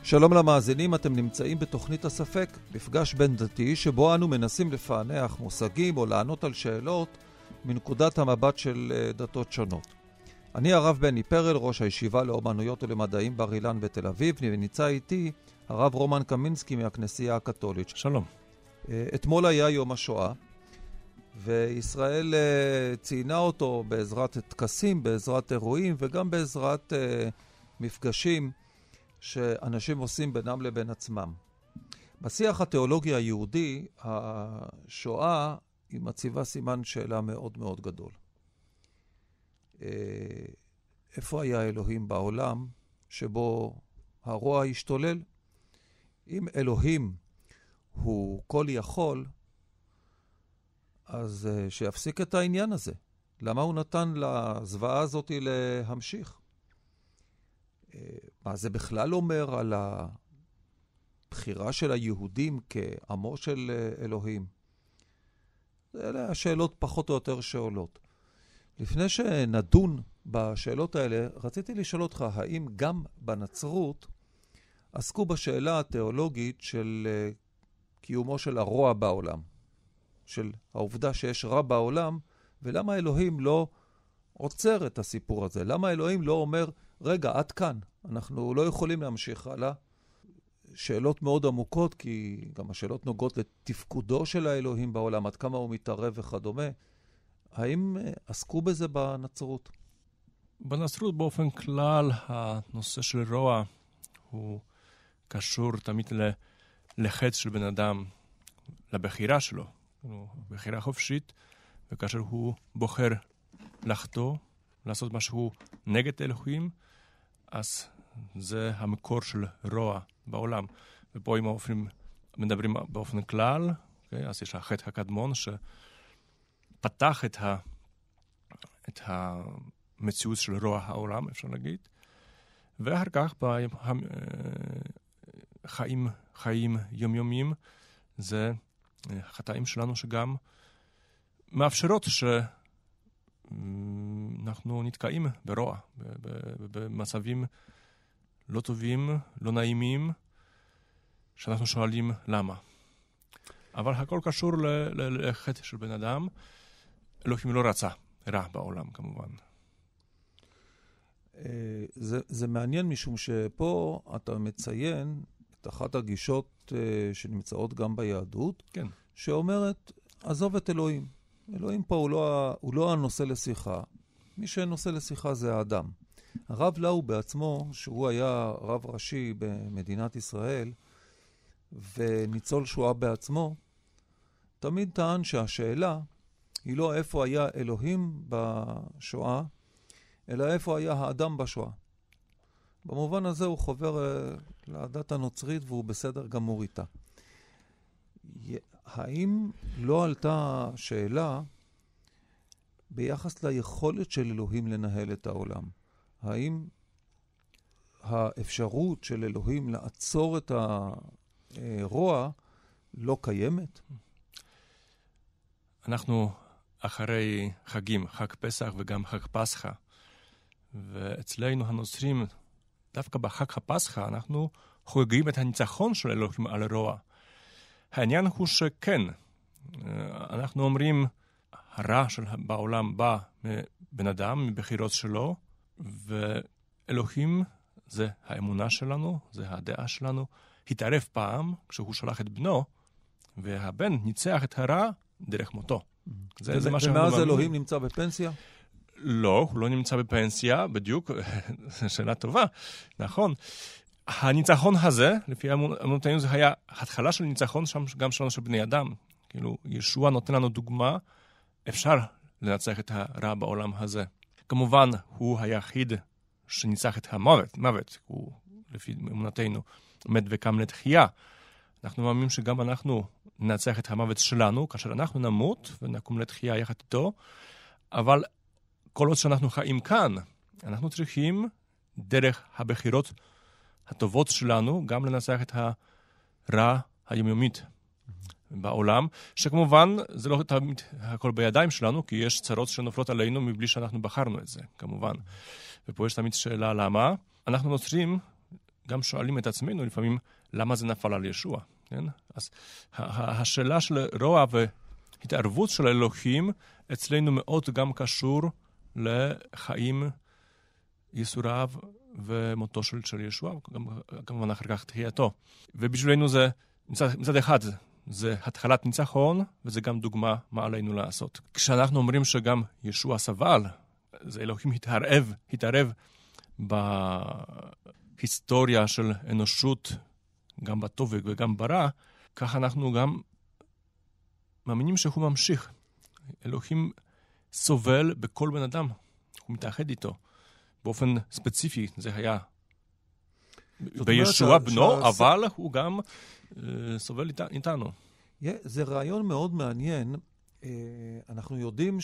שלום למאזינים, אתם נמצאים בתוכנית הספק, מפגש בין דתי שבו אנו מנסים לפענח מושגים או לענות על שאלות מנקודת המבט של דתות שונות. אני הרב בני פרל, ראש הישיבה לאומנויות ולמדעים בר אילן בתל אביב, ונמצא איתי הרב רומן קמינסקי מהכנסייה הקתולית. שלום. אתמול היה יום השואה, וישראל ציינה אותו בעזרת טקסים, בעזרת אירועים וגם בעזרת מפגשים שאנשים עושים בינם לבין עצמם. בשיח התיאולוגי היהודי, השואה היא מציבה סימן שאלה מאוד מאוד גדול. איפה היה אלוהים בעולם שבו הרוע השתולל? אם אלוהים הוא כל יכול, אז שיפסיק את העניין הזה. למה הוא נתן לזוועה הזאת להמשיך? מה זה בכלל אומר על הבחירה של היהודים כעמו של אלוהים? אלה השאלות פחות או יותר שעולות. לפני שנדון בשאלות האלה, רציתי לשאול אותך, האם גם בנצרות עסקו בשאלה התיאולוגית של קיומו של הרוע בעולם, של העובדה שיש רע בעולם, ולמה אלוהים לא עוצר את הסיפור הזה? למה אלוהים לא אומר, רגע, עד כאן, אנחנו לא יכולים להמשיך הלאה? שאלות מאוד עמוקות, כי גם השאלות נוגעות לתפקודו של האלוהים בעולם, עד כמה הוא מתערב וכדומה. האם עסקו בזה בנצרות? בנצרות באופן כלל, הנושא של רוע הוא קשור תמיד לחץ של בן אדם, לבחירה שלו. בחירה חופשית, וכאשר הוא בוחר לחטוא, לעשות משהו נגד אלוהים, אז זה המקור של רוע בעולם. ופה אם מדברים באופן כלל, אז יש החטא הקדמון שפתח את המציאות של רוע העולם, אפשר להגיד. ואחר כך חיים יומיומיים, זה חטאים שלנו שגם מאפשרות שאנחנו נתקעים ברוע, במצבים לא טובים, לא נעימים, שאנחנו שואלים למה. אבל הכל קשור לחטא של בן אדם. אלוהים לא רצה רע בעולם, כמובן. זה מעניין משום שפה אתה מציין את אחת הגישות שנמצאות גם ביהדות, כן. שאומרת, עזוב את אלוהים. אלוהים פה הוא לא הנושא לשיחה. מי שנושא לשיחה זה האדם. הרב לאו בעצמו, שהוא היה רב ראשי במדינת ישראל, וניצול שואה בעצמו, תמיד טען שהשאלה היא לא איפה היה אלוהים בשואה, אלא איפה היה האדם בשואה. במובן הזה הוא חובר לדת הנוצרית והוא בסדר גמור איתה. האם לא עלתה שאלה ביחס ליכולת של אלוהים לנהל את העולם? האם האפשרות של אלוהים לעצור את הרוע לא קיימת? אנחנו אחרי חגים, חג פסח וגם חג פסחא, ואצלנו הנוצרים, דווקא בחג הפסחא, אנחנו חוגגים את הניצחון של אלוהים על הרוע. העניין הוא שכן, אנחנו אומרים, הרע בעולם בא מבן אדם, מבחירות שלו, ואלוהים זה האמונה שלנו, זה הדעה שלנו, התערב פעם כשהוא שלח את בנו, והבן ניצח את הרע דרך מותו. ומאז אלוהים נמצא בפנסיה? לא, הוא לא נמצא בפנסיה, בדיוק, שאלה טובה, נכון. הניצחון הזה, לפי אמונתנו, זה היה התחלה של ניצחון גם שלנו של בני אדם. כאילו, ישוע נותן לנו דוגמה, אפשר לנצח את הרע בעולם הזה. כמובן, הוא היחיד שניצח את המוות, הוא, לפי אמונתנו, מת וקם לתחייה. אנחנו מאמינים שגם אנחנו ננצח את המוות שלנו, כאשר אנחנו נמות ונקום לתחייה יחד איתו, אבל כל עוד שאנחנו חיים כאן, אנחנו צריכים דרך הבחירות הטובות שלנו גם לנצח את הרע היומיומית בעולם, שכמובן זה לא תמיד הכל בידיים שלנו, כי יש צרות שנופלות עלינו מבלי שאנחנו בחרנו את זה, כמובן. ופה יש תמיד שאלה למה. אנחנו נוצרים גם שואלים את עצמנו לפעמים, למה זה נפל על ישוע, כן? אז השאלה של רוע והתערבות של אלוהים אצלנו מאוד גם קשור לחיים ייסוריו ומותו של ישוע, כמובן אחר כך תחייתו. ובשבילנו זה, מצד אחד, זה התחלת ניצחון, וזה גם דוגמה מה עלינו לעשות. כשאנחנו אומרים שגם ישוע סבל, זה אלוהים התערב בהיסטוריה של אנושות, גם בטוב וגם ברע, כך אנחנו גם מאמינים שהוא ממשיך. אלוהים סובל בכל בן אדם, הוא מתאחד איתו. באופן ספציפי זה היה בישוע בנו, אבל הוא גם סובל איתנו. זה רעיון מאוד מעניין. אנחנו יודעים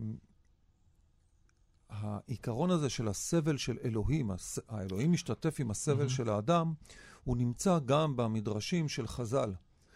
שהעיקרון הזה של הסבל של אלוהים, האלוהים משתתף עם הסבל של האדם, הוא נמצא גם במדרשים של חז"ל.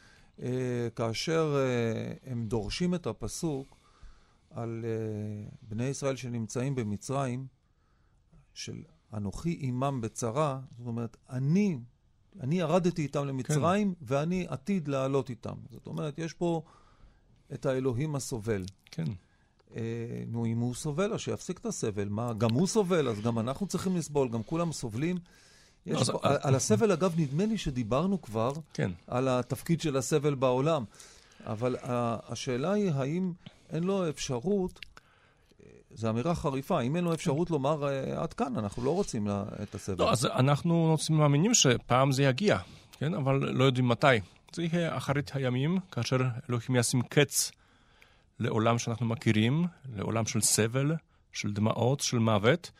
כאשר הם דורשים את הפסוק על בני ישראל שנמצאים במצרים, של אנוכי עמם בצרה, זאת אומרת, אני ירדתי איתם למצרים, כן. ואני עתיד לעלות איתם. זאת אומרת, יש פה את האלוהים הסובל. כן. נו, אם הוא סובל, אז שיפסיק את הסבל. מה, גם הוא סובל, אז גם אנחנו צריכים לסבול, גם כולם סובלים. על הסבל, אגב, נדמה לי שדיברנו כבר, כן. על התפקיד של הסבל בעולם. אבל השאלה היא, האם אין לו אפשרות, זו אמירה חריפה, אם אין לו אפשרות לומר עד כאן, אנחנו לא רוצים את הסבל. לא, אז אנחנו מאמינים שפעם זה יגיע, כן? אבל לא יודעים מתי. זה יהיה אחרית הימים, כאשר אלוהים ישים קץ לעולם שאנחנו מכירים, לעולם של סבל, של דמעות, של מוות,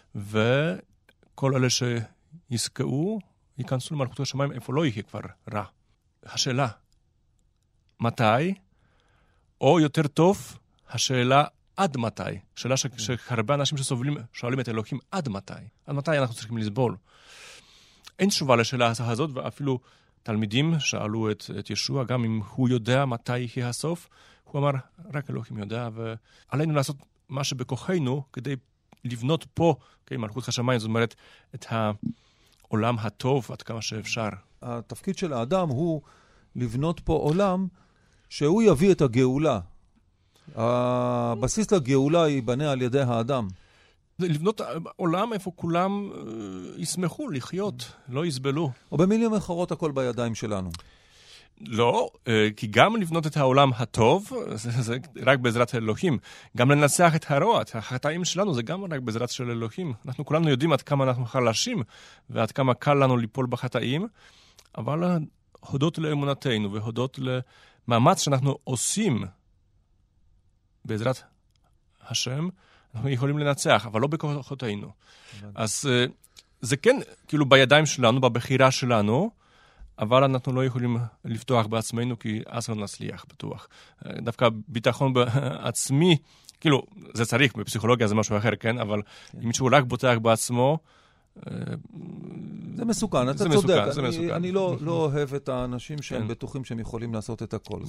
וכל אלה שיזכאו, ייכנסו למלכות השמיים, איפה לא יהיה כבר רע. השאלה, מתי? או יותר טוב, השאלה עד מתי? שאלה שהרבה אנשים שסובלים שואלים את אלוהים עד מתי? עד מתי אנחנו צריכים לסבול? אין תשובה לשאלה הזאת, ואפילו תלמידים שאלו את ישוע, גם אם הוא יודע מתי יהיה הסוף, הוא אמר, רק אלוהים יודע, ועלינו לעשות מה שבכוחנו כדי לבנות פה, מלכות השמיים, זאת אומרת, את העולם הטוב עד כמה שאפשר. התפקיד של האדם הוא לבנות פה עולם שהוא יביא את הגאולה. הבסיס לגאולה ייבנה על ידי האדם. לבנות עולם איפה כולם ישמחו לחיות, לא יסבלו. או במילים אחרות הכל בידיים שלנו. לא, כי גם לבנות את העולם הטוב, זה רק בעזרת אלוהים. גם לנצח את הרוע, את החטאים שלנו, זה גם רק בעזרת של אלוהים. אנחנו כולנו יודעים עד כמה אנחנו חלשים, ועד כמה קל לנו ליפול בחטאים, אבל הודות לאמונתנו, והודות למאמץ שאנחנו עושים, בעזרת השם, אנחנו יכולים לנצח, אבל לא בכוחותינו. אז זה כן, כאילו בידיים שלנו, בבחירה שלנו, אבל אנחנו לא יכולים לפתוח בעצמנו, כי אז לא נצליח, בטוח. דווקא ביטחון בעצמי, כאילו, זה צריך, בפסיכולוגיה זה משהו אחר, כן? אבל אם מישהו רק בוטח בעצמו, זה מסוכן, אתה צודק. אני לא אוהב את האנשים שהם בטוחים שהם יכולים לעשות את הכל.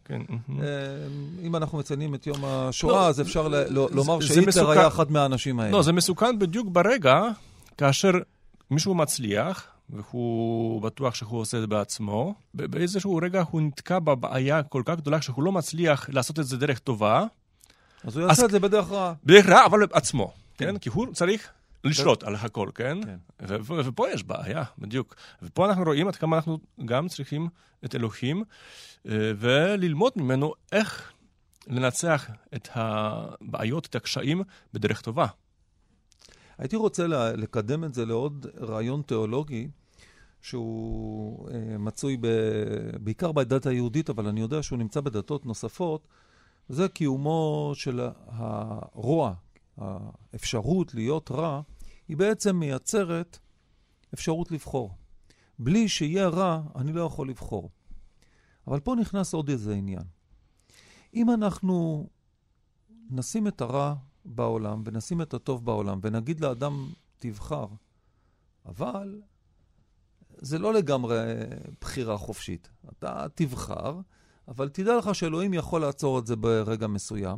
אם אנחנו מציינים את יום השואה, אז אפשר לומר שהיטלר היה אחד מהאנשים האלה. לא, זה מסוכן בדיוק ברגע, כאשר מישהו מצליח, והוא בטוח שהוא עושה את זה בעצמו, באיזשהו רגע הוא נתקע בבעיה כל כך גדולה, שהוא לא מצליח לעשות את זה דרך טובה. אז הוא יעשה את זה בדרך רעה. בדרך רעה, אבל בעצמו, כן? כי הוא צריך לשלוט על הכל, כן? ופה יש בעיה, בדיוק. ופה אנחנו רואים עד כמה אנחנו גם צריכים את אלוהים, וללמוד ממנו איך לנצח את הבעיות, את הקשיים, בדרך טובה. הייתי רוצה לקדם את זה לעוד רעיון תיאולוגי, שהוא מצוי בעיקר בדת היהודית, אבל אני יודע שהוא נמצא בדתות נוספות, זה קיומו של הרוע. האפשרות להיות רע, היא בעצם מייצרת אפשרות לבחור. בלי שיהיה רע, אני לא יכול לבחור. אבל פה נכנס עוד איזה עניין. אם אנחנו נשים את הרע בעולם, ונשים את הטוב בעולם, ונגיד לאדם תבחר, אבל זה לא לגמרי בחירה חופשית. אתה תבחר, אבל תדע לך שאלוהים יכול לעצור את זה ברגע מסוים.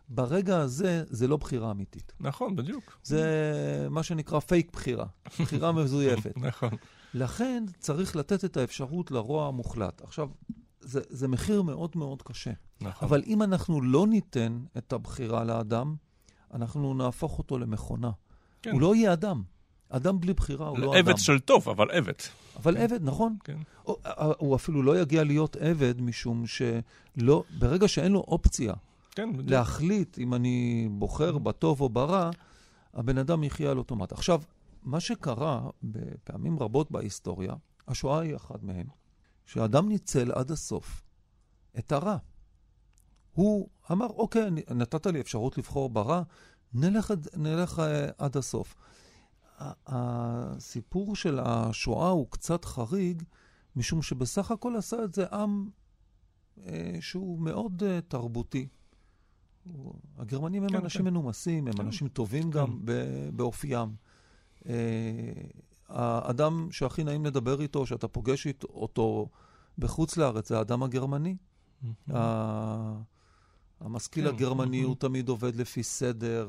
ברגע הזה, זה לא בחירה אמיתית. נכון, בדיוק. זה מה שנקרא פייק בחירה. בחירה מזויפת. נכון. לכן צריך לתת את האפשרות לרוע המוחלט. עכשיו, זה מחיר מאוד מאוד קשה. נכון. אבל אם אנחנו לא ניתן את הבחירה לאדם, אנחנו נהפוך אותו למכונה. כן. הוא לא יהיה אדם. אדם בלי בחירה הוא לא אדם. עבד של טוב, אבל עבד. אבל עבד, נכון. כן. הוא אפילו לא יגיע להיות עבד, משום שלא, ברגע שאין לו אופציה כן, בדיוק. להחליט אם אני בוחר בטוב או ברע, הבן אדם יחיה על אוטומט. עכשיו, מה שקרה בפעמים רבות בהיסטוריה, השואה היא אחד מהם, שהאדם ניצל עד הסוף את הרע. הוא אמר, אוקיי, נתת לי אפשרות לבחור ברע, נלך עד הסוף. הסיפור של השואה הוא קצת חריג, משום שבסך הכל עשה את זה עם שהוא מאוד תרבותי. הגרמנים הם אנשים מנומסים, הם אנשים טובים גם באופיים. האדם שהכי נעים לדבר איתו, שאתה פוגש אותו בחוץ לארץ, זה האדם הגרמני. המשכיל הגרמני הוא תמיד עובד לפי סדר,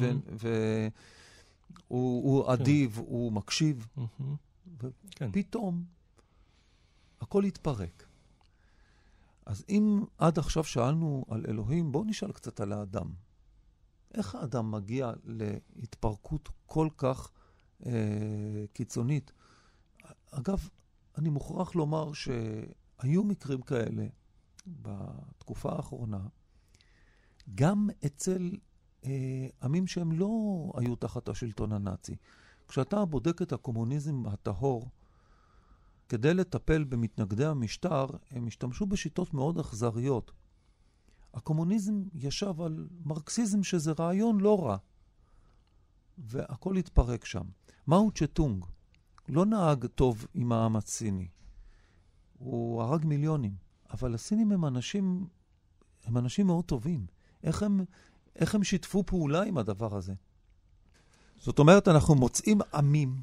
והוא אדיב, הוא מקשיב. ופתאום הכל התפרק. אז אם עד עכשיו שאלנו על אלוהים, בואו נשאל קצת על האדם. איך האדם מגיע להתפרקות כל כך קיצונית? אגב, אני מוכרח לומר שהיו מקרים כאלה בתקופה האחרונה, גם אצל עמים שהם לא היו תחת השלטון הנאצי. כשאתה בודק את הקומוניזם הטהור, כדי לטפל במתנגדי המשטר, הם השתמשו בשיטות מאוד אכזריות. הקומוניזם ישב על מרקסיזם שזה רעיון לא רע. והכל התפרק שם. מאו צ'טונג לא נהג טוב עם העם הסיני. הוא הרג מיליונים. אבל הסינים הם אנשים מאוד טובים. איך הם שיתפו פעולה עם הדבר הזה? זאת אומרת, אנחנו מוצאים עמים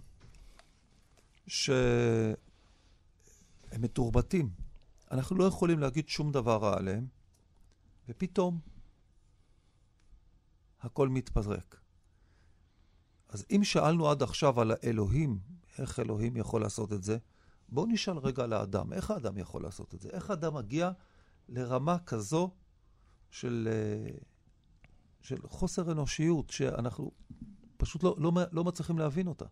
שהם מתורבתים. אנחנו לא יכולים להגיד שום דבר רע עליהם, ופתאום הכל מתפרק. אז אם שאלנו עד עכשיו על האלוהים, איך אלוהים יכול לעשות את זה, בואו נשאל רגע על האדם. איך האדם יכול לעשות את זה? איך האדם מגיע לרמה כזו של חוסר אנושיות, שאנחנו פשוט לא מצליחים להבין אותה?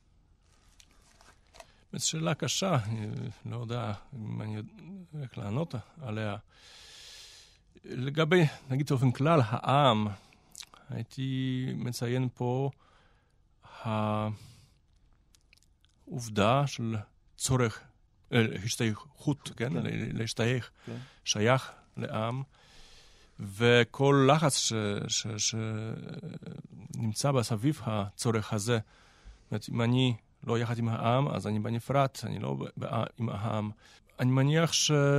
זו שאלה קשה, אני לא יודע אם אני איך לענות עליה. לגבי, נגיד באופן כלל, העם, הייתי מציין פה העובדה של צורך, השתייכות, כן? להשתייך, שייך לעם, וכל לחץ שנמצא בסביב הצורך הזה. זאת אומרת, אם אני לא יחד עם העם, אז אני בנפרד, אני לא עם העם. אני מניח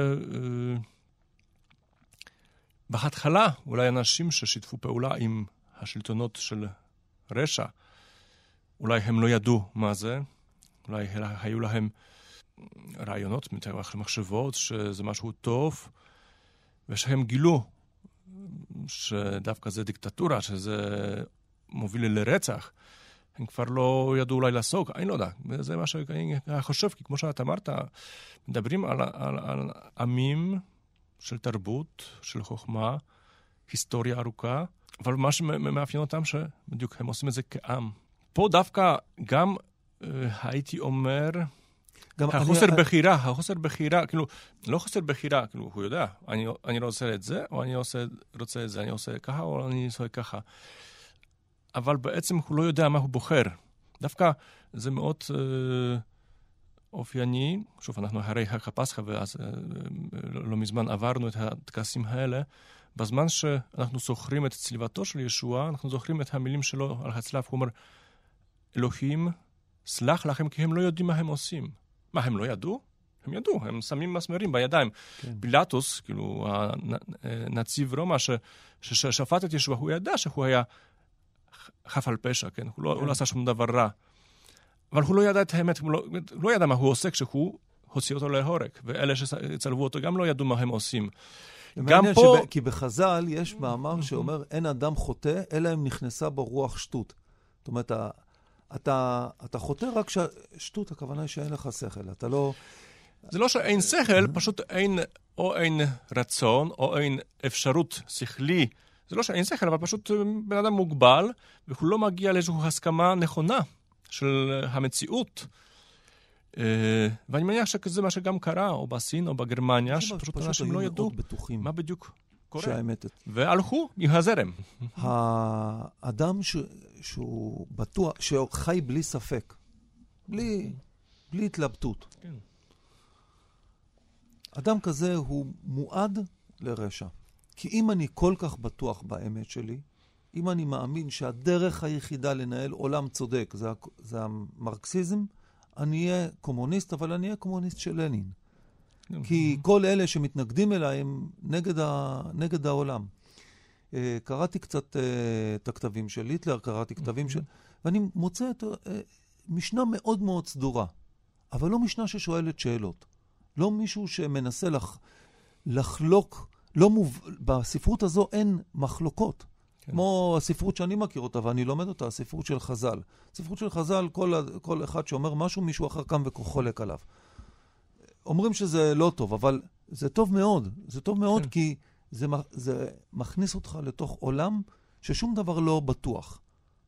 בהתחלה אולי אנשים ששיתפו פעולה עם השלטונות של רשע, אולי הם לא ידעו מה זה, אולי היו להם רעיונות, מחשבות שזה משהו טוב, ושהם גילו שדווקא זה דיקטטורה, שזה מוביל לרצח. הם כבר לא ידעו אולי לעסוק, אני לא יודע. זה מה שאני חושב, כי כמו שאת אמרת, מדברים על עמים של תרבות, של חוכמה, היסטוריה ארוכה, אבל מה שמאפיין אותם שבדיוק הם עושים את זה כעם. פה דווקא גם הייתי אומר, החוסר בחירה, כאילו, לא חוסר בחירה, כאילו, הוא יודע, אני רוצה את זה, או אני רוצה את זה, אני עושה ככה, או אני עושה ככה. אבל בעצם הוא לא יודע מה הוא בוחר. דווקא זה מאוד אופייני, שוב, אנחנו הרי הפסחא, ואז לא מזמן עברנו את הטקסים האלה, בזמן שאנחנו זוכרים את צליבתו של ישוע, אנחנו זוכרים את המילים שלו על הצלב, הוא אומר, אלוהים, סלח לכם, כי הם לא יודעים מה הם עושים. מה, הם לא ידעו? הם ידעו, הם שמים מסמרים בידיים. כן. פילטוס, כאילו, הנציב רומא ששפט את ישוע, הוא ידע שהוא היה חף על פשע, כן? הוא לא עשה שום דבר רע. אבל הוא לא ידע את האמת, הוא לא ידע מה הוא עושה כשהוא הוציא אותו להורג. ואלה שצלבו אותו גם לא ידעו מה הם עושים. גם פה... כי בחז"ל יש מאמר שאומר, אין אדם חוטא, אלא אם נכנסה בו רוח שטות. זאת אומרת, אתה חוטא רק שטות, הכוונה היא שאין לך שכל. אתה לא... זה לא שאין שכל, פשוט אין רצון, או אין אפשרות שכלי. זה לא שאין שכל, אבל פשוט בן אדם מוגבל, והוא לא מגיע לאיזושהי הסכמה נכונה של המציאות. ואני מניח שזה מה שגם קרה, או בסין, או בגרמניה, שפשוט אנשים לא ידעו מה בדיוק קורה. והלכו עם הזרם. האדם שהוא בטוח, שחי בלי ספק, בלי התלבטות. כן. אדם כזה הוא מועד לרשע. כי אם אני כל כך בטוח באמת שלי, אם אני מאמין שהדרך היחידה לנהל עולם צודק, זה המרקסיזם, אני אהיה קומוניסט, אבל אני אהיה קומוניסט של לנין. כי כל אלה שמתנגדים אליי הם נגד העולם. קראתי קצת את הכתבים של היטלר, קראתי כתבים של... ואני מוצא את משנה מאוד מאוד סדורה, אבל לא משנה ששואלת שאלות. לא מישהו שמנסה לחלוק, בספרות הזו אין מחלוקות. כן. כמו הספרות שאני מכיר אותה, ואני לומד אותה, הספרות של חז"ל. הספרות של חז"ל, כל אחד שאומר משהו, מישהו אחר קם וחולק עליו. אומרים שזה לא טוב, אבל זה טוב מאוד. זה טוב מאוד כן. כי זה מכניס אותך לתוך עולם ששום דבר לא בטוח.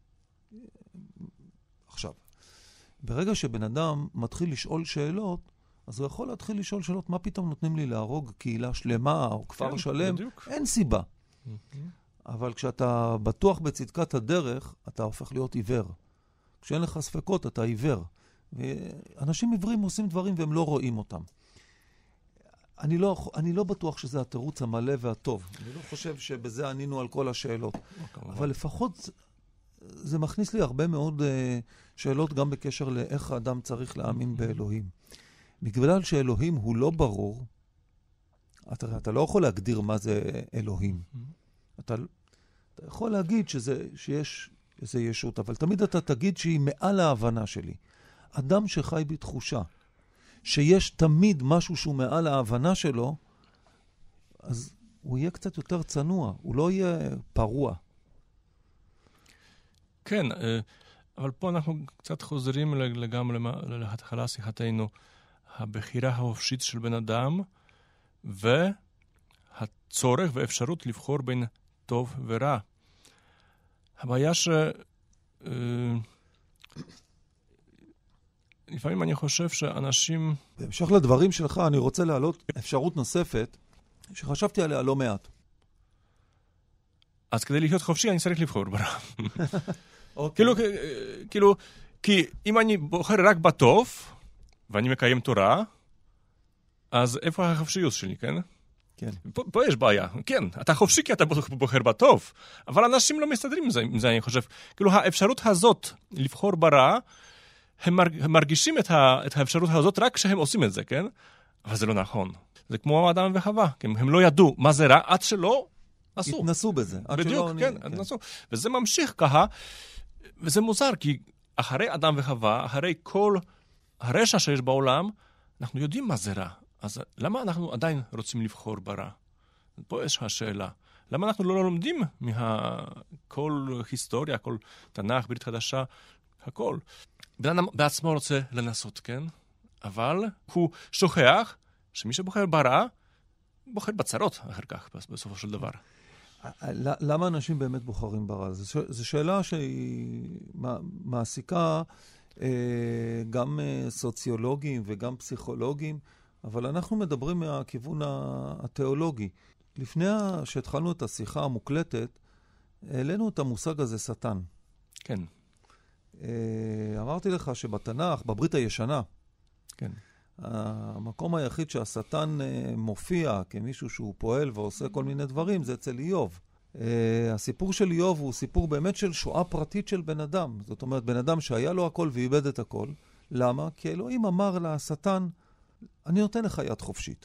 עכשיו, ברגע שבן אדם מתחיל לשאול שאלות, אז הוא יכול להתחיל לשאול שאלות, מה פתאום נותנים לי להרוג קהילה שלמה או כפר שלם? בדיוק. אין סיבה. אבל כשאתה בטוח בצדקת הדרך, אתה הופך להיות עיוור. כשאין לך ספקות, אתה עיוור. ואנשים עיוורים עושים דברים והם לא רואים אותם. אני לא בטוח שזה התירוץ המלא והטוב. אני לא חושב שבזה ענינו על כל השאלות. אבל לפחות זה מכניס לי הרבה מאוד שאלות גם בקשר לאיך האדם צריך להאמין באלוהים. בגלל שאלוהים הוא לא ברור, אתה לא יכול להגדיר מה זה אלוהים. אתה יכול להגיד שיש איזו ישות, אבל תמיד אתה תגיד שהיא מעל ההבנה שלי. אדם שחי בתחושה שיש תמיד משהו שהוא מעל ההבנה שלו, אז הוא יהיה קצת יותר צנוע, הוא לא יהיה פרוע. כן, אבל פה אנחנו קצת חוזרים לגמרי להתחלה שיחתנו. הבחירה החופשית של בן אדם והצורך ואפשרות לבחור בין טוב ורע. הבעיה לפעמים אני חושב שאנשים... בהמשך לדברים שלך, אני רוצה להעלות אפשרות נוספת שחשבתי עליה לא מעט. אז כדי להיות חופשי אני צריך לבחור ברע. כאילו, כי אם אני בוחר רק בטוב, ואני מקיים תורה, אז איפה החופשיות שלי, כן? כן. פה יש בעיה. כן, אתה חופשי כי אתה בוחר בטוב, אבל אנשים לא מסתדרים עם זה, אני חושב. כאילו, האפשרות הזאת לבחור ברע, הם מרגישים את האפשרות הזאת רק כשהם עושים את זה, כן? אבל זה לא נכון. זה כמו אדם וחווה, הם לא ידעו מה זה רע עד שלא עשו. התנסו בזה. בדיוק, כן, התנסו. וזה ממשיך ככה, וזה מוזר, כי אחרי אדם וחווה, אחרי כל הרשע שיש בעולם, אנחנו יודעים מה זה רע. אז למה אנחנו עדיין רוצים לבחור ברע? פה יש השאלה. למה אנחנו לא לומדים כל היסטוריה, כל תנ"ך, ברית חדשה, הכל? בן אדם בעצמו רוצה לנסות, כן? אבל הוא שוכח שמי שבוחר ברע, בוחר בצרות אחר כך, בסופו של דבר. למה אנשים באמת בוחרים ברע? זו שאלה שהיא מעסיקה גם סוציולוגים וגם פסיכולוגים, אבל אנחנו מדברים מהכיוון התיאולוגי. לפני שהתחלנו את השיחה המוקלטת, העלינו את המושג הזה שטן. כן. אמרתי לך שבתנ"ך, בברית הישנה, כן. המקום היחיד שהשטן מופיע כמישהו שהוא פועל ועושה כל מיני דברים, זה אצל איוב. הסיפור של איוב הוא סיפור באמת של שואה פרטית של בן אדם. זאת אומרת, בן אדם שהיה לו הכל ואיבד את הכל. למה? כי אלוהים אמר לשטן, אני נותן לך יד חופשית.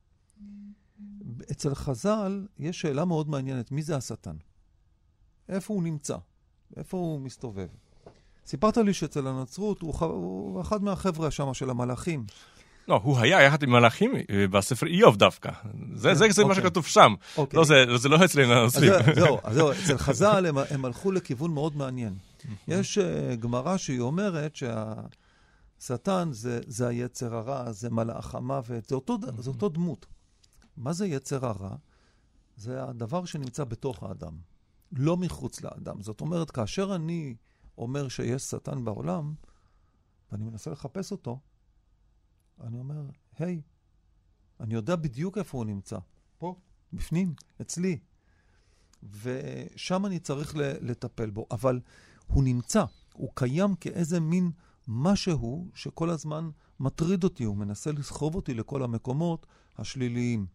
אצל חז"ל יש שאלה מאוד מעניינת, מי זה השטן? איפה הוא נמצא? איפה הוא מסתובב? סיפרת לי שאצל הנצרות הוא אחד מהחבר'ה שם של המלאכים. לא, הוא היה יחד עם מלאכים בספר איוב דווקא. זה מה שכתוב שם. לא, זה לא אצלנו הנוצרים. זהו, אצל חז"ל הם הלכו לכיוון מאוד מעניין. יש גמרא שהיא אומרת שהשטן זה היצר הרע, זה מלאך המוות, זה אותו דמות. מה זה יצר הרע? זה הדבר שנמצא בתוך האדם, לא מחוץ לאדם. זאת אומרת, כאשר אני אומר שיש שטן בעולם, ואני מנסה לחפש אותו, אני אומר, היי, אני יודע בדיוק איפה הוא נמצא. פה, בפנים, אצלי. ושם אני צריך לטפל בו. אבל הוא נמצא, הוא קיים כאיזה מין משהו שכל הזמן מטריד אותי, הוא מנסה לסחוב אותי לכל המקומות השליליים.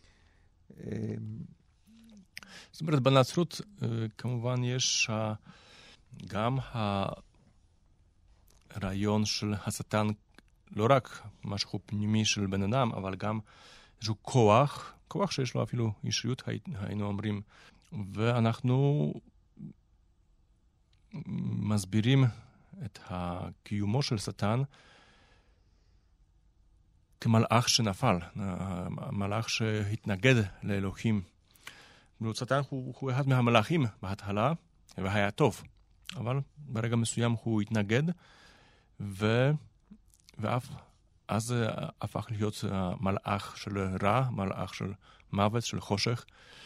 זאת אומרת, בנצרות כמובן יש גם הרעיון של השטן, לא רק משהו פנימי של בן אדם, אבל גם איזשהו כוח שיש לו אפילו אישיות, היינו אומרים. ואנחנו מסבירים את הקיומו של שטן כמלאך שנפל, מלאך שהתנגד לאלוהים. שטן הוא אחד מהמלאכים בהתחלה, והיה טוב. אבל ברגע מסוים הוא התנגד, ואף אז הפך להיות מלאך של רע, מלאך של מוות, של חושך.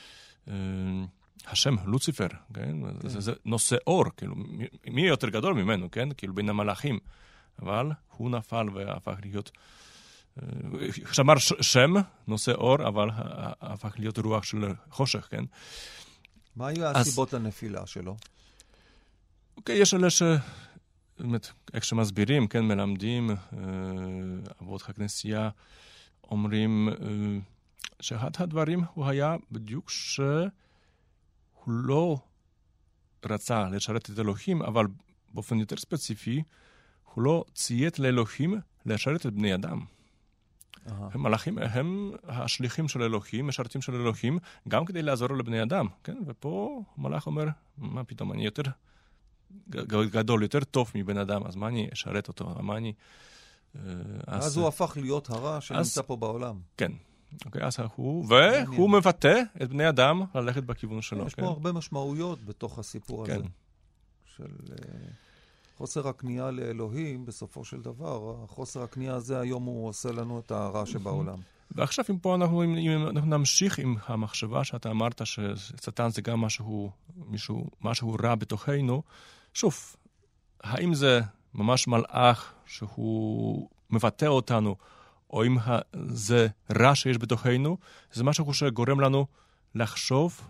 השם, לוציפר, כן? זה נושא אור, כאילו, מי יותר גדול ממנו, כן? כאילו, בין המלאכים. אבל הוא נפל והפך להיות, שמר שם, נושא אור, אבל הפך להיות רוח של חושך, כן? מה היו הסיבות לנפילה שלו? אוקיי, יש אלה באמת, איך שמסבירים, כן, מלמדים, אבות הכנסייה, אומרים שאחד הדברים הוא היה בדיוק שהוא לא רצה לשרת את אלוהים, אבל באופן יותר ספציפי, הוא לא ציית לאלוהים לשרת את בני אדם. הם מלאכים, הם השליחים של אלוהים, משרתים של אלוהים, גם כדי לעזור לבני אדם, כן? ופה מלאך אומר, מה פתאום, אני יותר גדול, יותר טוב מבן אדם, אז מה אני אשרת אותו? מה אני... אז הוא הפך להיות הרע שנמצא פה בעולם. כן. אוקיי, אז והוא מבטא את בני אדם ללכת בכיוון שלו. יש פה הרבה משמעויות בתוך הסיפור הזה. של חוסר הכניעה לאלוהים, בסופו של דבר, חוסר הכניעה הזה היום הוא עושה לנו את הרע שבעולם. ועכשיו אם פה אנחנו נמשיך עם המחשבה שאתה אמרת ששטן זה גם משהו רע בתוכנו, שוב, האם זה ממש מלאך שהוא מבטא אותנו, או אם זה רע שיש בתוכנו, זה משהו שגורם לנו לחשוב,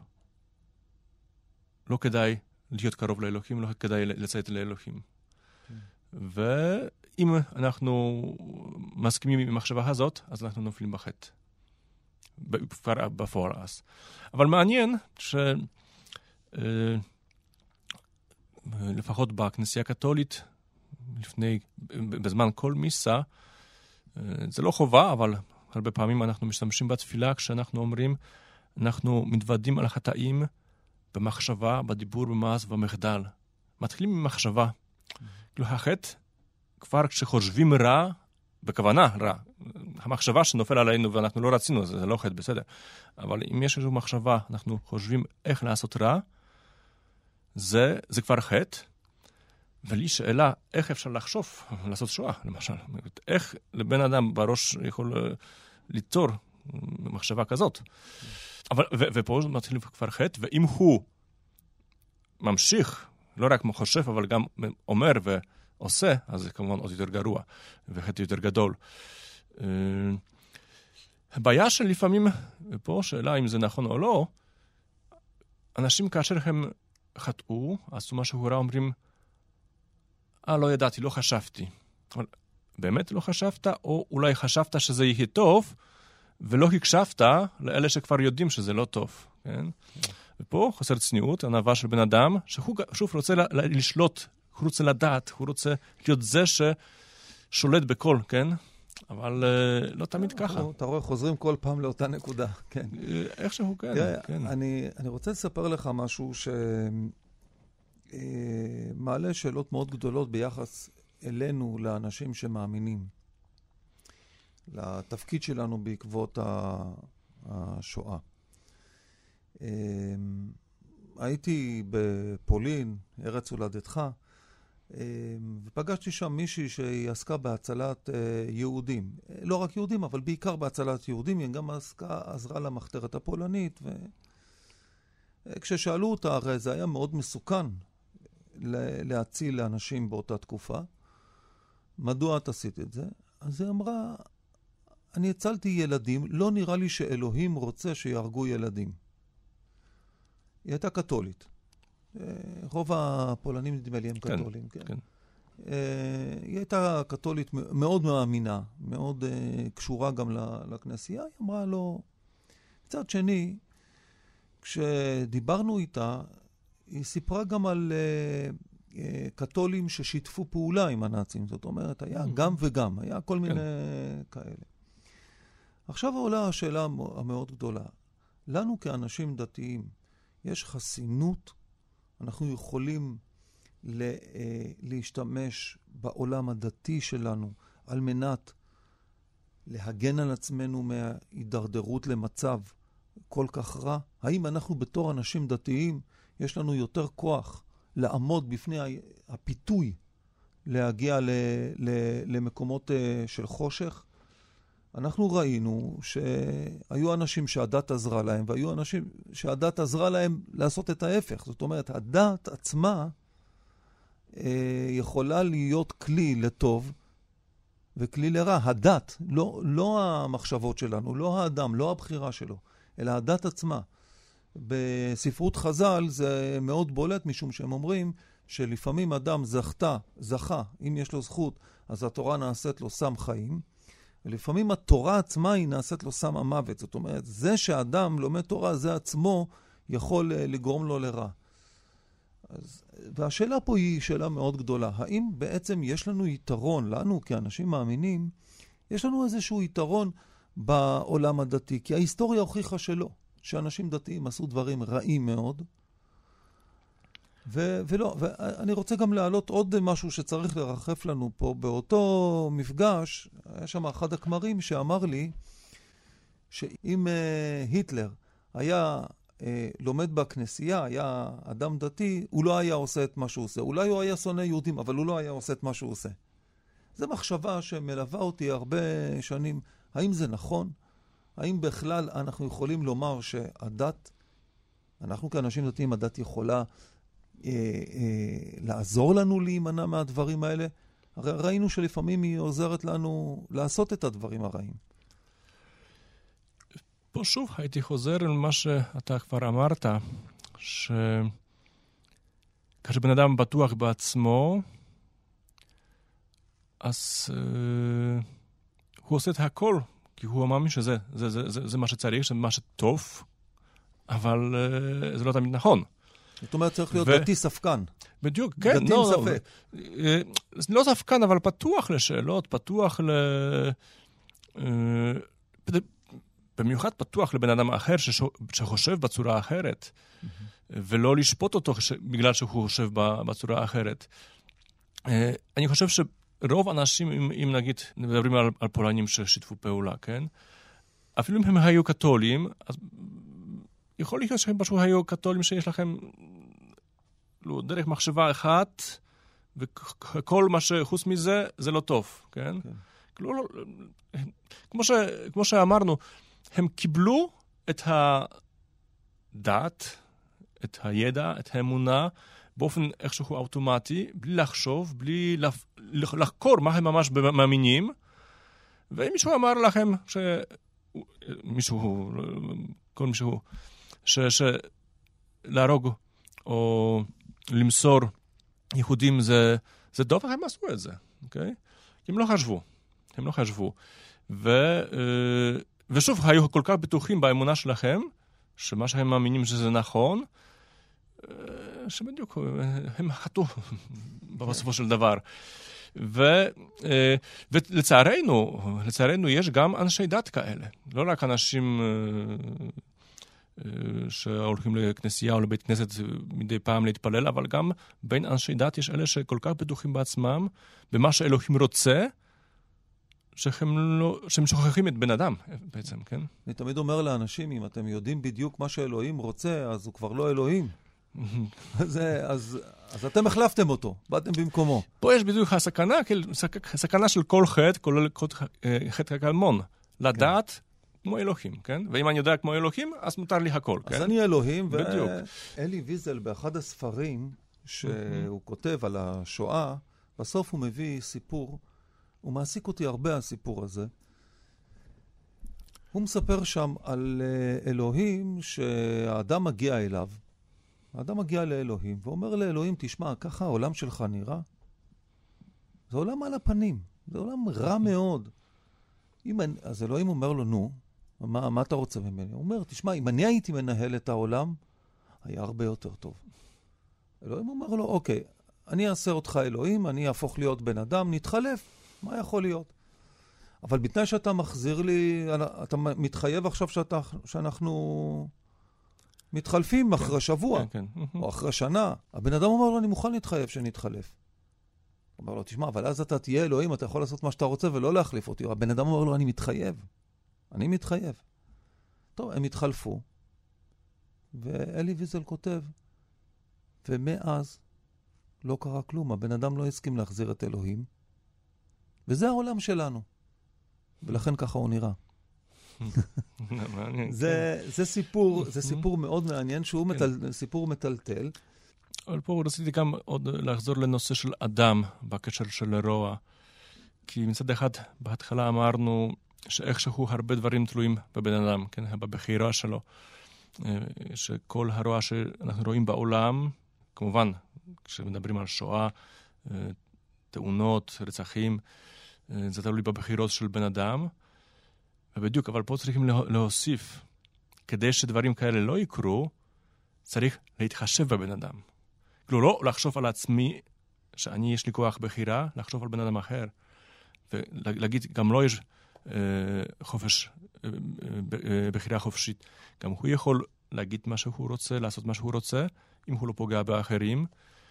לא כדאי להיות קרוב לאלוהים, לא כדאי לציית לאלוהים. ואם אנחנו מסכימים עם המחשבה הזאת, אז אנחנו נופלים בחטא. בפועל אז. אבל מעניין לפחות בכנסייה הקתולית, בזמן כל מיסה, זה לא חובה, אבל הרבה פעמים אנחנו משתמשים בתפילה כשאנחנו אומרים, אנחנו מתוודעים על החטאים במחשבה, בדיבור, במעש ובמחדל. מתחילים ממחשבה. כאילו החטא, כבר כשחושבים רע, בכוונה רע, המחשבה שנופל עלינו ואנחנו לא רצינו, זה לא חטא, בסדר. אבל אם יש איזו מחשבה, אנחנו חושבים איך לעשות רע, זה כבר חטא. ולי שאלה, איך אפשר לחשוב, לעשות שואה, למשל? איך לבן אדם בראש יכול ליצור מחשבה כזאת? אבל, ופה מתחיל כבר חטא, ואם הוא ממשיך, לא רק חושב, אבל גם אומר ועושה, אז זה כמובן עוד יותר גרוע, וחטא יותר גדול. הבעיה שלפעמים, פה שאלה אם זה נכון או לא, אנשים כאשר הם חטאו, עשו משהו רע, אומרים, לא ידעתי, לא חשבתי. אבל באמת לא חשבת, או אולי חשבת שזה יהיה טוב, ולא הקשבת לאלה שכבר יודעים שזה לא טוב. כן? ופה חוסר צניעות, ענווה של בן אדם, שהוא שוב רוצה לשלוט, הוא רוצה לדעת, הוא רוצה להיות זה ששולט בכל, כן? אבל לא תמיד ככה. אתה רואה, חוזרים כל פעם לאותה נקודה, כן. איכשהו, כן. כן. אני רוצה לספר לך משהו מעלה שאלות מאוד גדולות ביחס אלינו, לאנשים שמאמינים. לתפקיד שלנו בעקבות השואה. הייתי בפולין, ארץ הולדתך, ופגשתי שם מישהי שהיא עסקה בהצלת יהודים. לא רק יהודים, אבל בעיקר בהצלת יהודים. היא גם עזרה למחתרת הפולנית. כששאלו אותה, הרי זה היה מאוד מסוכן להציל לאנשים באותה תקופה. מדוע את עשית את זה? אז היא אמרה, אני הצלתי ילדים, לא נראה לי שאלוהים רוצה שיהרגו ילדים. היא הייתה קתולית. רוב הפולנים נדמה לי הם קתולים. כן, כן. היא הייתה קתולית מאוד מאמינה, מאוד קשורה גם לכנסייה. היא אמרה לו, מצד שני, כשדיברנו איתה, היא סיפרה גם על קתולים ששיתפו פעולה עם הנאצים. זאת אומרת, היה גם וגם, היה כל מיני כאלה. עכשיו עולה השאלה המאוד גדולה. לנו כאנשים דתיים יש חסינות, אנחנו יכולים להשתמש בעולם הדתי שלנו על מנת להגן על עצמנו מהידרדרות למצב כל כך רע. האם אנחנו בתור אנשים דתיים יש לנו יותר כוח לעמוד בפני הפיתוי, להגיע למקומות של חושך? אנחנו ראינו שהיו אנשים שהדת עזרה להם, והיו אנשים שהדת עזרה להם לעשות את ההפך. זאת אומרת, הדת עצמה יכולה להיות כלי לטוב וכלי לרע. הדת, לא המחשבות שלנו, לא האדם, לא הבחירה שלו, אלא הדת עצמה. בספרות חז"ל זה מאוד בולט, משום שהם אומרים שלפעמים אדם זכה, אם יש לו זכות, אז התורה נעשית לו סם חיים, ולפעמים התורה עצמה היא נעשית לו סם המוות. זאת אומרת, זה שאדם לומד תורה, זה עצמו יכול לגרום לו לרע. והשאלה פה היא שאלה מאוד גדולה. האם בעצם יש לנו יתרון, לנו כאנשים מאמינים, יש לנו איזשהו יתרון בעולם הדתי? כי ההיסטוריה הוכיחה שלא. שאנשים דתיים עשו דברים רעים מאוד. ואני רוצה גם להעלות עוד משהו שצריך לרחף לנו פה. באותו מפגש, היה שם אחד הכמרים שאמר לי, שאם היטלר היה לומד בכנסייה, היה אדם דתי, הוא לא היה עושה את מה שהוא עושה. אולי הוא היה שונא יהודים, אבל הוא לא היה עושה את מה שהוא עושה. זו מחשבה שמלווה אותי הרבה שנים. האם זה נכון? האם בכלל אנחנו יכולים לומר שהדת, אנחנו כאנשים דתיים, הדת יכולה לעזור לנו להימנע מהדברים האלה? הרי ראינו שלפעמים היא עוזרת לנו לעשות את הדברים הרעים. פה שוב הייתי חוזר למה שאתה כבר אמרת, שכאשר בן אדם בטוח בעצמו, אז הוא עושה את הכל, כי הוא מאמין שזה מה שצריך, זה מה שטוב, אבל זה לא תמיד נכון. זאת אומרת, צריך להיות דתי ספקן. בדיוק, כן. דתי עם ספק. לא ספקן, אבל פתוח לשאלות, פתוח במיוחד פתוח לבן אדם אחר שחושב בצורה אחרת, ולא לשפוט אותו בגלל שהוא חושב בצורה אחרת. אני חושב שרוב האנשים, אם נגיד מדברים על פולנים ששיתפו פעולה, כן? אפילו אם הם היו קתולים, אז יכול להיות שהם פשוט היו קתולים שיש לכם דרך מחשבה אחת, וכל מה שחוץ מזה, זה לא טוב, כן? כמו שאמרנו, הם קיבלו את הדת, את הידע, את האמונה, באופן איכשהו אוטומטי, בלי לחשוב, בלי לחקור מה הם ממש מאמינים, ואם מישהו אמר לכם כל מישהו, שלהרוג או למסור יהודים זה טוב, הם עשו את זה, אוקיי? הם לא חשבו. ושוב, היו כל כך בטוחים באמונה שלכם, שמה שהם מאמינים שזה נכון, שבדיוק הם חטאו בסופו של דבר. ולצערנו יש גם אנשי דת כאלה. לא רק אנשים שהולכים לכנסייה או לבית כנסת מדי פעם להתפלל, אבל גם בין אנשי דת יש אלה שכל כך בטוחים בעצמם, במה שאלוהים רוצה, שהם שוכחים את בן אדם בעצם, כן? אני תמיד אומר לאנשים, אם אתם יודעים בדיוק מה שאלוהים רוצה, אז הוא כבר לא אלוהים. אז אתם החלפתם אותו, באתם במקומו. פה יש בדיוק הסכנה של כל חטא, כולל חטא הקלמון. לדעת כמו אלוהים, כן? ואם אני יודע כמו אלוהים, אז מותר לי הכל, כן? אז אני אלוהים, ואלי ויזל באחד הספרים שהוא כותב על השואה, בסוף הוא מביא סיפור, הוא מעסיק אותי הרבה הסיפור הזה. הוא מספר שם על אלוהים שהאדם מגיע אליו, האדם מגיע לאלוהים, ואומר לאלוהים, תשמע, ככה העולם שלך נראה? זה עולם על הפנים, זה עולם רע מאוד. אז אלוהים אומר לו, נו, מה אתה רוצה ממני? הוא אומר, תשמע, אם אני הייתי מנהל את העולם, היה הרבה יותר טוב. אלוהים אומר לו, אוקיי, אני אעשה אותך אלוהים, אני אהפוך להיות בן אדם, נתחלף, מה יכול להיות? אבל בתנאי שאתה מחזיר לי, אתה מתחייב עכשיו שאנחנו מתחלפים אחרי שבוע, או אחרי שנה. הבן אדם אומר לו, אני מוכן להתחייב שנתחלף. הוא אומר לו, תשמע, אבל אז אתה תהיה אלוהים, אתה יכול לעשות מה שאתה רוצה ולא להחליף אותי. הבן אדם אומר לו, אני מתחייב. טוב, הם התחלפו. ואלי ויזל כותב, ומאז לא קרה כלום. הבן אדם לא הסכים להחזיר את אלוהים. וזה העולם שלנו. ולכן ככה הוא נראה. זה סיפור מאוד מעניין, שהוא סיפור מטלטל. אבל פה רציתי גם עוד לחזור לנושא של אדם בקשר של רוע. כי מצד אחד, בהתחלה אמרנו שאיכשהו הרבה דברים תלויים בבן אדם, כן? בבחירה שלו. שכל הרוע שאנחנו רואים בעולם, כמובן, כשמדברים על שואה, תאונות, רצחים, זה תלוי בבחירות של בן אדם. ובדיוק, אבל פה צריכים להוסיף, כדי שדברים כאלה לא יקרו, צריך להתחשב בבן אדם. כאילו לא לחשוב על עצמי, שאני יש לי כוח בחירה, לחשוב על בן אדם אחר. ולהגיד, גם לא יש חופש, בחירה חופשית. גם הוא יכול להגיד מה שהוא רוצה, לעשות מה שהוא רוצה, אם הוא לא פוגע באחרים.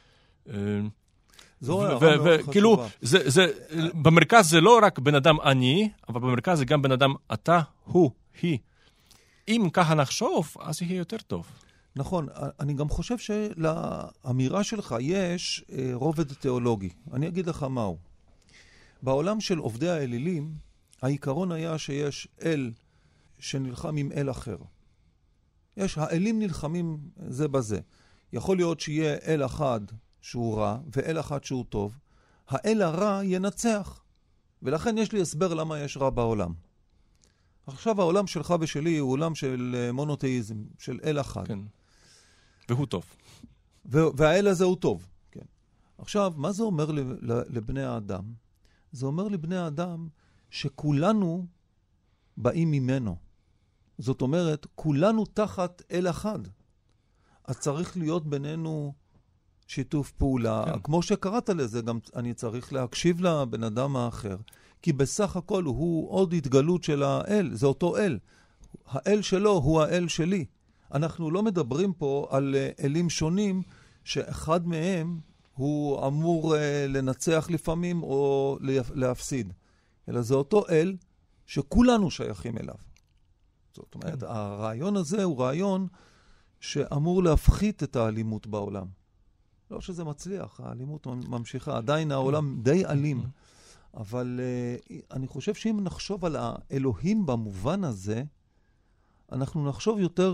וכאילו, במרכז זה לא רק בן אדם אני, אבל במרכז זה גם בן אדם אתה, הוא, היא. אם ככה נחשוב, אז יהיה יותר טוב. נכון, אני גם חושב שלאמירה שלך יש רובד תיאולוגי. אני אגיד לך מהו. בעולם של עובדי האלילים, העיקרון היה שיש אל שנלחם עם אל אחר. האלים נלחמים זה בזה. יכול להיות שיהיה אל אחד שהוא רע ואל אחד שהוא טוב. האל הרע ינצח. ולכן יש לי הסבר למה יש רע בעולם. עכשיו העולם שלך ושלי הוא עולם של מונותאיזם, של אל אחד. כן. והוא טוב. והאל הזה הוא טוב. כן. עכשיו, מה זה אומר לבני האדם? זה אומר לבני האדם שכולנו באים ממנו. זאת אומרת, כולנו תחת אל אחד. אז צריך להיות בינינו שיתוף פעולה. כן. כמו שקראת לזה, גם אני צריך להקשיב לבן אדם האחר. כי בסך הכל הוא עוד התגלות של האל. זה אותו אל. האל שלו הוא האל שלי. אנחנו לא מדברים פה על אלים שונים, שאחד מהם הוא אמור לנצח לפעמים או להפסיד. אלא זה אותו אל שכולנו שייכים אליו. זאת אומרת, הרעיון הזה הוא רעיון שאמור להפחית את האלימות בעולם. לא שזה מצליח, האלימות ממשיכה. עדיין העולם די אלים. אבל אני חושב שאם נחשוב על האלוהים במובן הזה, אנחנו נחשוב יותר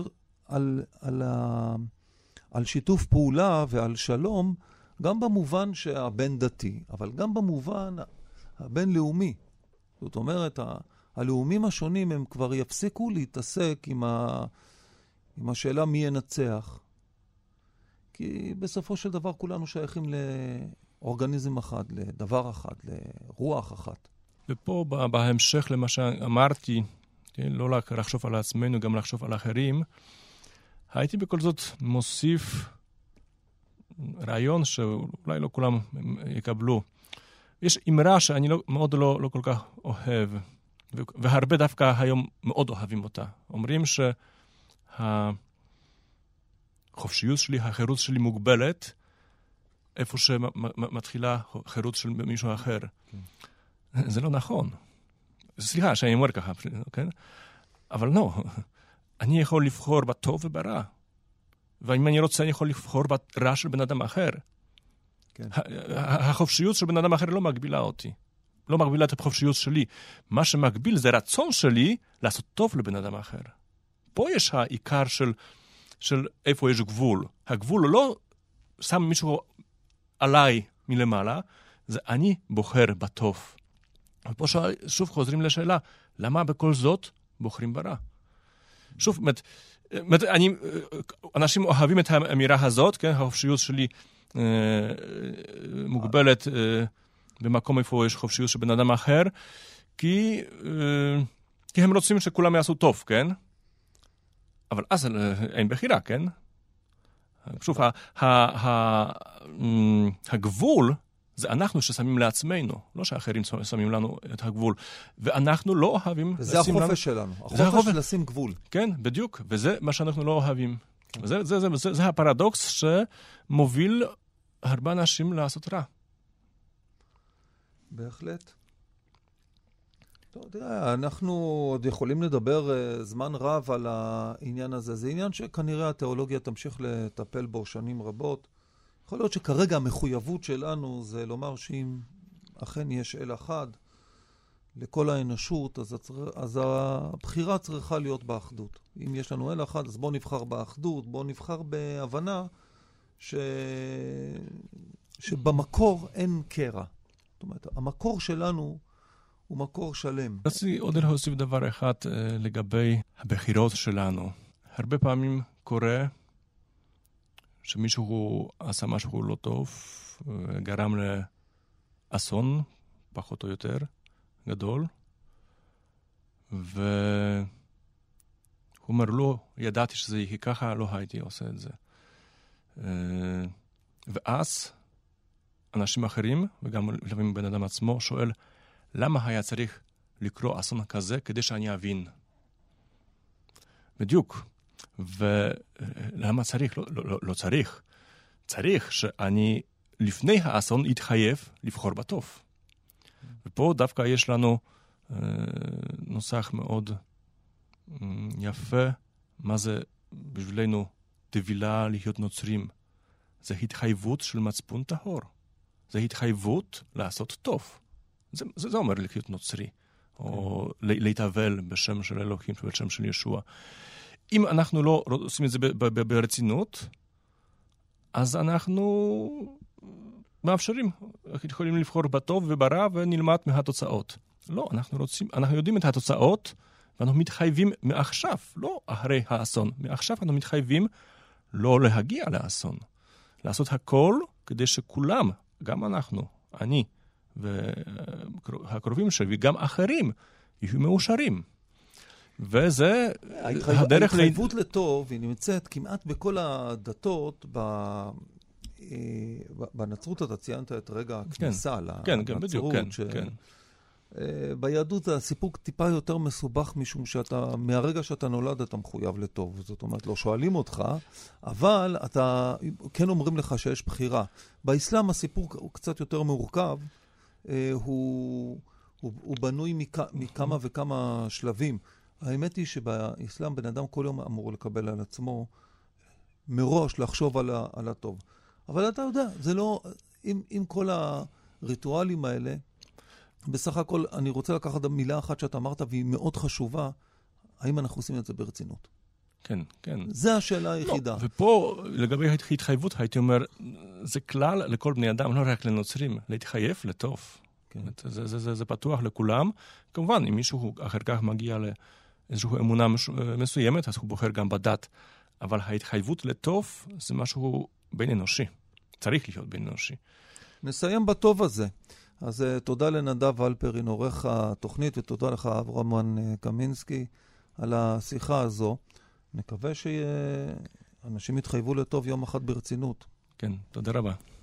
על שיתוף פעולה ועל שלום, גם במובן שהבן דתי, אבל גם במובן הבינלאומי. זאת אומרת, הלאומים השונים הם כבר יפסיקו להתעסק עם השאלה מי ינצח. כי בסופו של דבר כולנו שייכים לאורגניזם אחד, לדבר אחד, לרוח אחת. ופה בהמשך למה שאמרתי, לא רק לחשוב על עצמנו, גם לחשוב על אחרים, הייתי בכל זאת מוסיף רעיון שאולי לא כולם יקבלו. יש אמרה שאני מאוד לא כל כך אוהב, והרבה דווקא היום מאוד אוהבים אותה. אומרים שהחופשיות שלי, החירות שלי מוגבלת, איפה שמתחילה חירות של מישהו אחר. זה לא נכון. סליחה שאני אומר ככה, כן? אבל לא, אני יכול לבחור בטוב וברע. ואם אני רוצה, אני יכול לבחור ברע של בן אדם אחר. כן. החופשיות של בן אדם אחר לא מגבילה אותי. לא מגבילה את החופשיות שלי. מה שמגביל זה רצון שלי לעשות טוב לבן אדם אחר. פה יש העיקר של איפה יש גבול. הגבול לא שם מישהו עליי מלמעלה, זה אני בוחר בטוב. ופה שוב חוזרים לשאלה, למה בכל זאת בוחרים ברע? שוב, אנשים אוהבים את האמירה הזאת, כן? החופשיות שלי מוגבלת במקום איפה יש חופשיות של בן אדם אחר, כי הם רוצים שכולם יעשו טוב, כן? אבל אז אין בחירה, כן? שוב, הגבול זה אנחנו ששמים לעצמנו, לא שאחרים שמים לנו את הגבול. ואנחנו לא אוהבים לשים לנו... זה החופש שלנו, החופש לשים גבול. כן, בדיוק, וזה מה שאנחנו לא אוהבים. זה הפרדוקס שמוביל הרבה אנשים לעשות רע. בהחלט. טוב, תראה, אנחנו עוד יכולים לדבר זמן רב על העניין הזה. זה עניין שכנראה התיאולוגיה תמשיך לטפל בו שנים רבות. יכול להיות שכרגע המחויבות שלנו זה לומר שאם אכן יש אל אחד לכל האנושות, אז הבחירה צריכה להיות באחדות. אם יש לנו אל אחד, אז בואו נבחר באחדות, בואו נבחר בהבנה שבמקור אין קרע. זאת אומרת, המקור שלנו הוא מקור שלם. רציתי עוד להוסיף דבר אחד לגבי הבחירות שלנו. הרבה פעמים קורה שמישהו עשה משהו לא טוב, גרם לאסון, פחות או יותר, גדול, והוא אומר, לא, ידעתי שזה יהיה ככה, לא הייתי עושה את זה. ואז אנשים אחרים, וגם לפעמים בן אדם עצמו, שואל, למה היה צריך לקרוא אסון כזה כדי שאני אבין? בדיוק. ולמה צריך? לא צריך. צריך שאני לפני האסון יתחייב לבחור בטוב. ופה דווקא יש לנו נוסח מאוד יפה, מה זה בשבילנו טבילה להיות נוצרים. זה התחייבות של מצפון טהור. זה התחייבות לעשות טוב. זה אומר להיות נוצרי, או להתאבל בשם של אלוהים ובשם של ישוע. אם אנחנו לא עושים את זה ברצינות, אז אנחנו מאפשרים, יכולים לבחור בטוב וברע ונלמד מהתוצאות. לא, אנחנו יודעים את התוצאות, ואנחנו מתחייבים מעכשיו, לא אחרי האסון. מעכשיו אנחנו מתחייבים לא להגיע לאסון. לעשות הכל כדי שכולם, גם אנחנו, אני והקרובים שלי, גם אחרים, יהיו מאושרים. וזה הדרך... ההתחייבות לטוב, היא נמצאת כמעט בכל הדתות, בנצרות אתה ציינת את רגע הכניסה לנצרות, ביהדות הסיפור טיפה יותר מסובך, משום שאתה, מהרגע שאתה נולד אתה מחויב לטוב. זאת אומרת, לא שואלים אותך, אבל אתה, כן אומרים לך שיש בחירה. באסלאם הסיפור הוא קצת יותר מורכב, הוא בנוי מכמה וכמה שלבים. האמת היא שבאסלאם בן אדם כל יום אמור לקבל על עצמו מראש לחשוב על הטוב. אבל אתה יודע, זה לא, עם כל הריטואלים האלה, בסך הכל אני רוצה לקחת מילה אחת שאתה אמרת והיא מאוד חשובה, האם אנחנו עושים את זה ברצינות? כן, כן. זה השאלה היחידה. לא, ופה לגבי התחייבות הייתי אומר, זה כלל לכל בני אדם, לא רק לנוצרים, להתחייב לטוב. כן. זה פתוח לכולם. כמובן, אם מישהו אחר כך מגיע לאיזושהי אמונה מסוימת, אז הוא בוחר גם בדת. אבל ההתחייבות לטוב זה משהו בין אנושי. צריך להיות בין אנושי. נסיים בטוב הזה. אז תודה לנדב אלפרין, עורך התוכנית, ותודה לך אברהם קמינסקי על השיחה הזו. נקווה שאנשים יתחייבו לטוב יום אחד ברצינות. כן, תודה רבה.